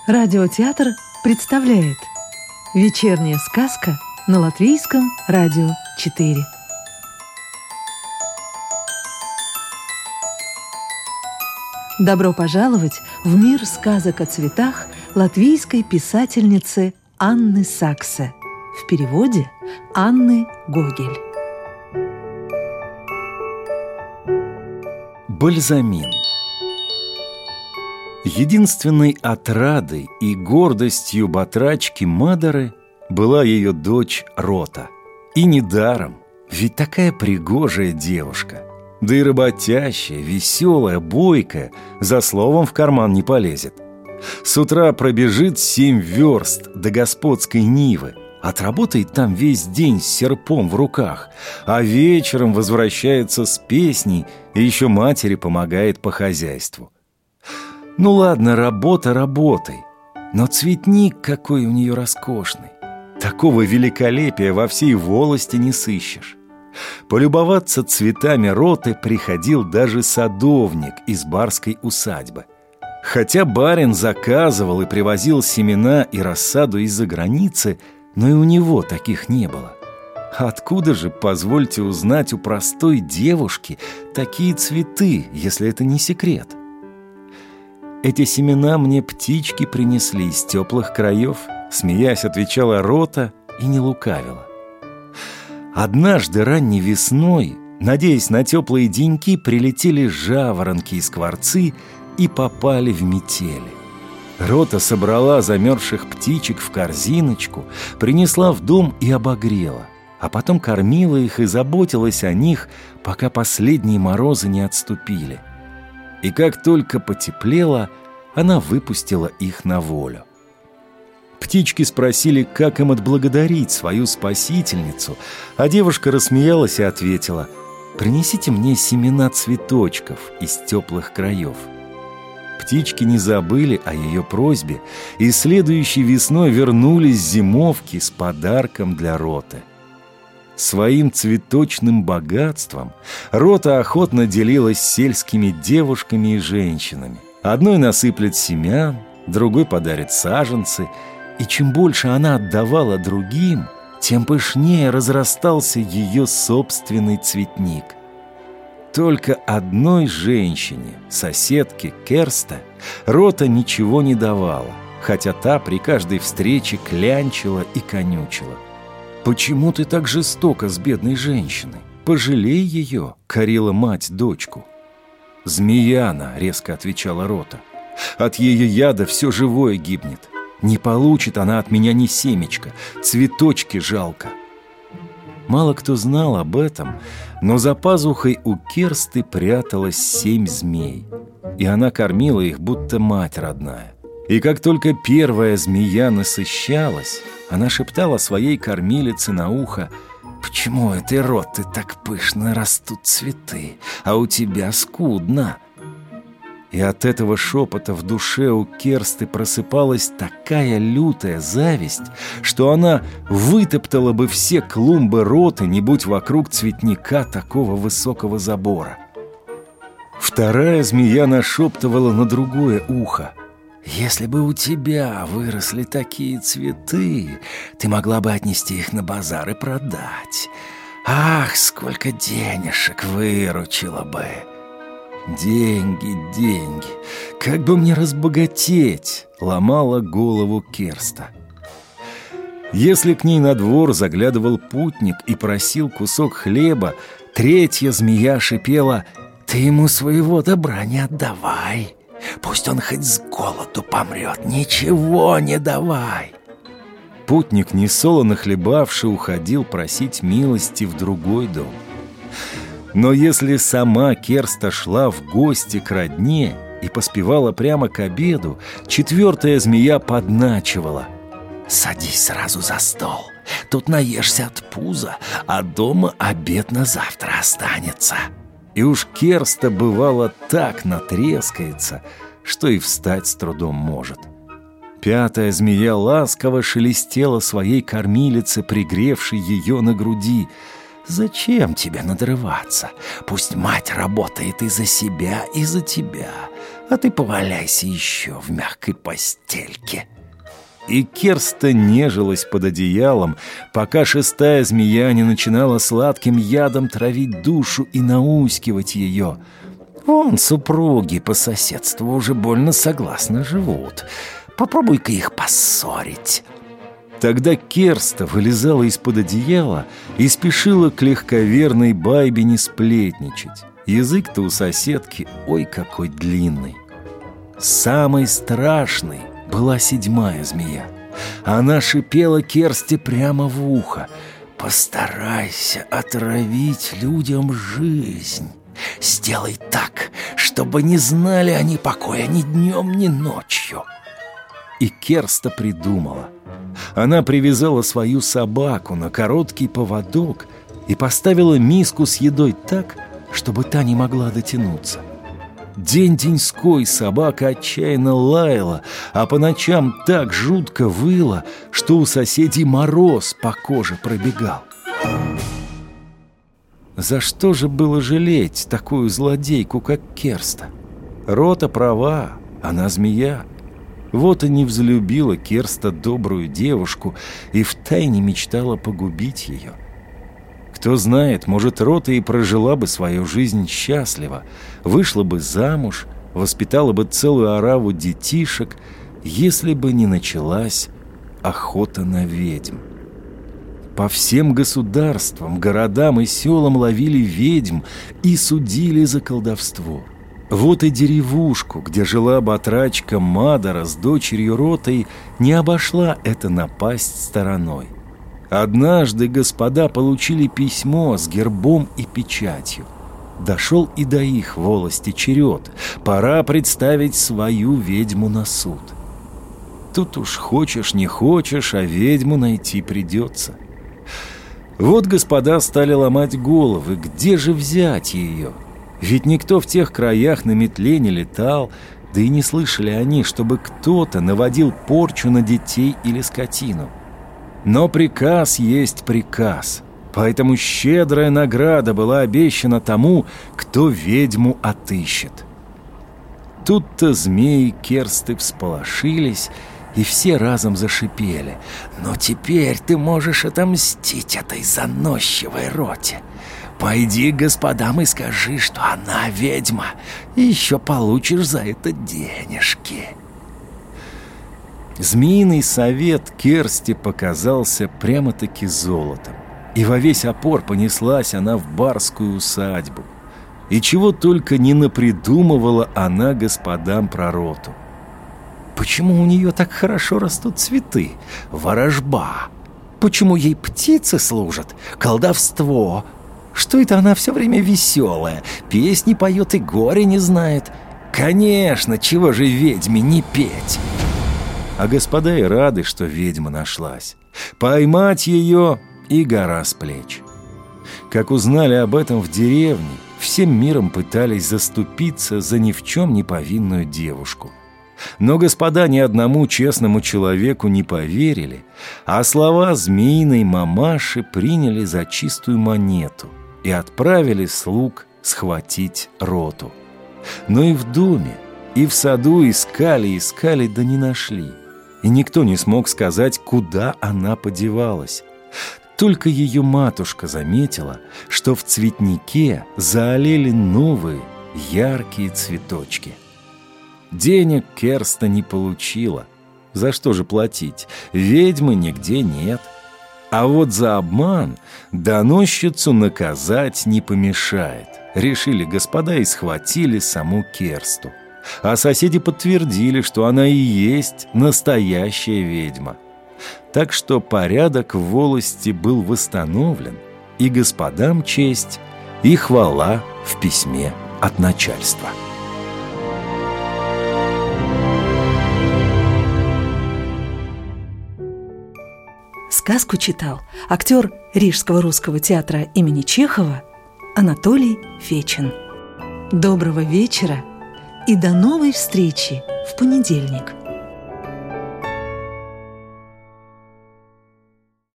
Радиотеатр представляет «Вечерняя сказка» на Латвийском радио 4. Добро пожаловать в мир сказок о цветах латвийской писательницы Анны Саксе. В переводе Анны Гогель. Бальзамин. Единственной отрадой и гордостью батрачки Мадары была ее дочь Рота. И недаром, ведь такая пригожая девушка, да и работящая, веселая, бойкая, за словом в карман не полезет. С утра пробежит 7 верст до господской Нивы, отработает там весь день с серпом в руках, а вечером возвращается с песней и еще матери помогает по хозяйству. Ну ладно, работа работой, но цветник какой у нее роскошный. Такого великолепия во всей волости не сыщешь. Полюбоваться цветами Роты приходил даже садовник из барской усадьбы. Хотя барин заказывал и привозил семена и рассаду из-за границы, но и у него таких не было. Откуда же, позвольте узнать, у простой девушки такие цветы, если это не секрет? «Эти семена мне птички принесли из теплых краев», смеясь, отвечала Рота и не лукавила. Однажды ранней весной, надеясь на теплые деньки, прилетели жаворонки и скворцы и попали в метели. Рота собрала замерзших птичек в корзиночку, принесла в дом и обогрела, а потом кормила их и заботилась о них, пока последние морозы не отступили. И как только потеплело, она выпустила их на волю. Птички спросили, как им отблагодарить свою спасительницу, а девушка рассмеялась и ответила: «Принесите мне семена цветочков из теплых краев». Птички не забыли о ее просьбе и следующей весной вернулись с зимовки с подарком для Роты. Своим цветочным богатством Рота охотно делилась с сельскими девушками и женщинами. Одной насыплет семян, другой подарит саженцы, и чем больше она отдавала другим, тем пышнее разрастался ее собственный цветник. Только одной женщине, соседке Керста, Рота ничего не давала, хотя та при каждой встрече клянчила и конючила. «Почему ты так жестоко с бедной женщиной? Пожалей ее», — корила мать дочку. «Змея она», — резко отвечала Рота. «От ее яда все живое гибнет. Не получит она от меня ни семечка, цветочки жалко». Мало кто знал об этом, но за пазухой у Керсты пряталось 7 змей, и она кормила их, будто мать родная. И как только первая змея насыщалась, она шептала своей кормилице на ухо: «Почему у этой Роты так пышно растут цветы, а у тебя скудно?» И от этого шепота в душе у Керсты просыпалась такая лютая зависть, что она вытоптала бы все клумбы Роты, не будь вокруг цветника такого высокого забора. Вторая змея нашептывала на другое ухо: «Если бы у тебя выросли такие цветы, ты могла бы отнести их на базар и продать. Ах, сколько денежек выручила бы!» «Деньги, деньги, как бы мне разбогатеть?» — ломала голову Керста. Если к ней на двор заглядывал путник и просил кусок хлеба, третья змея шипела: «Ты ему своего добра не отдавай. Пусть он хоть с голоду помрет, ничего не давай». Путник, несолоно хлебавший, уходил просить милости в другой дом. Но если сама Керста шла в гости к родне и поспевала прямо к обеду, четвертая змея подначивала: «Садись сразу за стол, тут наешься от пуза, а дома обед на завтра останется». И уж Керста, бывало, так натрескается, что и встать с трудом может. Пятая змея ласково шелестела своей кормилице, пригревшей ее на груди: Зачем тебе надрываться? Пусть мать работает и за себя, и за тебя, а ты поваляйся еще в мягкой постельке». И Керста нежилась под одеялом, пока шестая змея не начинала сладким ядом травить душу и наускивать ее. Вон супруги по соседству уже больно согласно живут. Попробуй-ка их поссорить. Тогда Керста вылезала из-под одеяла и спешила к легковерной Байбине сплетничать. Язык-то у соседки ой какой длинный. Самой страшной была седьмая змея. Она шипела Керсте прямо в ухо: «Постарайся отравить людям жизнь. Сделай так, чтобы не знали они покоя ни днем, ни ночью». И Керста придумала. Она привязала свою собаку на короткий поводок и поставила миску с едой так, чтобы та не могла дотянуться. День-деньской собака отчаянно лаяла, а по ночам так жутко выла, что у соседей мороз по коже пробегал. За что же было жалеть такую злодейку, как Керста? Рота права, она змея. Вот и не взлюбила Керста добрую девушку и втайне мечтала погубить ее. Кто знает, может, Рота и прожила бы свою жизнь счастливо, вышла бы замуж, воспитала бы целую ораву детишек, если бы не началась охота на ведьм. По всем государствам, городам и селам ловили ведьм и судили за колдовство. Вот и деревушку, где жила батрачка Мадара с дочерью Ротой, не обошла эта напасть стороной. Однажды господа получили письмо с гербом и печатью. Дошел и до их волости черед. Пора представить свою ведьму на суд. Тут уж хочешь не хочешь, а ведьму найти придется. Вот господа стали ломать головы, где же взять ее? Ведь никто в тех краях на метле не летал, да и не слышали они, чтобы кто-то наводил порчу на детей или скотину. Но приказ есть приказ, поэтому щедрая награда была обещана тому, кто ведьму отыщет. Тут-то змеи Керсты всполошились, и все разом зашипели: «Но теперь ты можешь отомстить этой заносчивой Роте. Пойди к господам и скажи, что она ведьма, и еще получишь за это денежки». Змеиный совет Керсте показался прямо-таки золотом, и во весь опор понеслась она в барскую усадьбу. И чего только не напридумывала она господам про Роту. Почему у нее так хорошо растут цветы? Ворожба. Почему ей птицы служат? Колдовство. Что это она все время веселая, песни поет и горе не знает? Конечно, чего же ведьме не петь? А господа и рады, что ведьма нашлась. Поймать ее и гора с плеч. Как узнали об этом в деревне, всем миром пытались заступиться за ни в чем не повинную девушку. Но господа ни одному честному человеку не поверили, а слова змеиной мамаши приняли за чистую монету и отправили слуг схватить Роту. Но и в доме, и в саду искали, да не нашли. И никто не смог сказать, куда она подевалась. Только ее матушка заметила, что в цветнике заолели новые яркие цветочки. Денег Керста не получила. За что же платить? Ведьмы нигде нет. А вот за обман доносчицу наказать не помешает. Решили господа и схватили саму Керсту. А соседи подтвердили, что она и есть настоящая ведьма. Так что порядок в волости был восстановлен, и господам честь, и хвала в письме от начальства. Сказку читал актер Рижского русского театра имени Чехова Анатолий Фечин. Доброго вечера и до новой встречи в понедельник.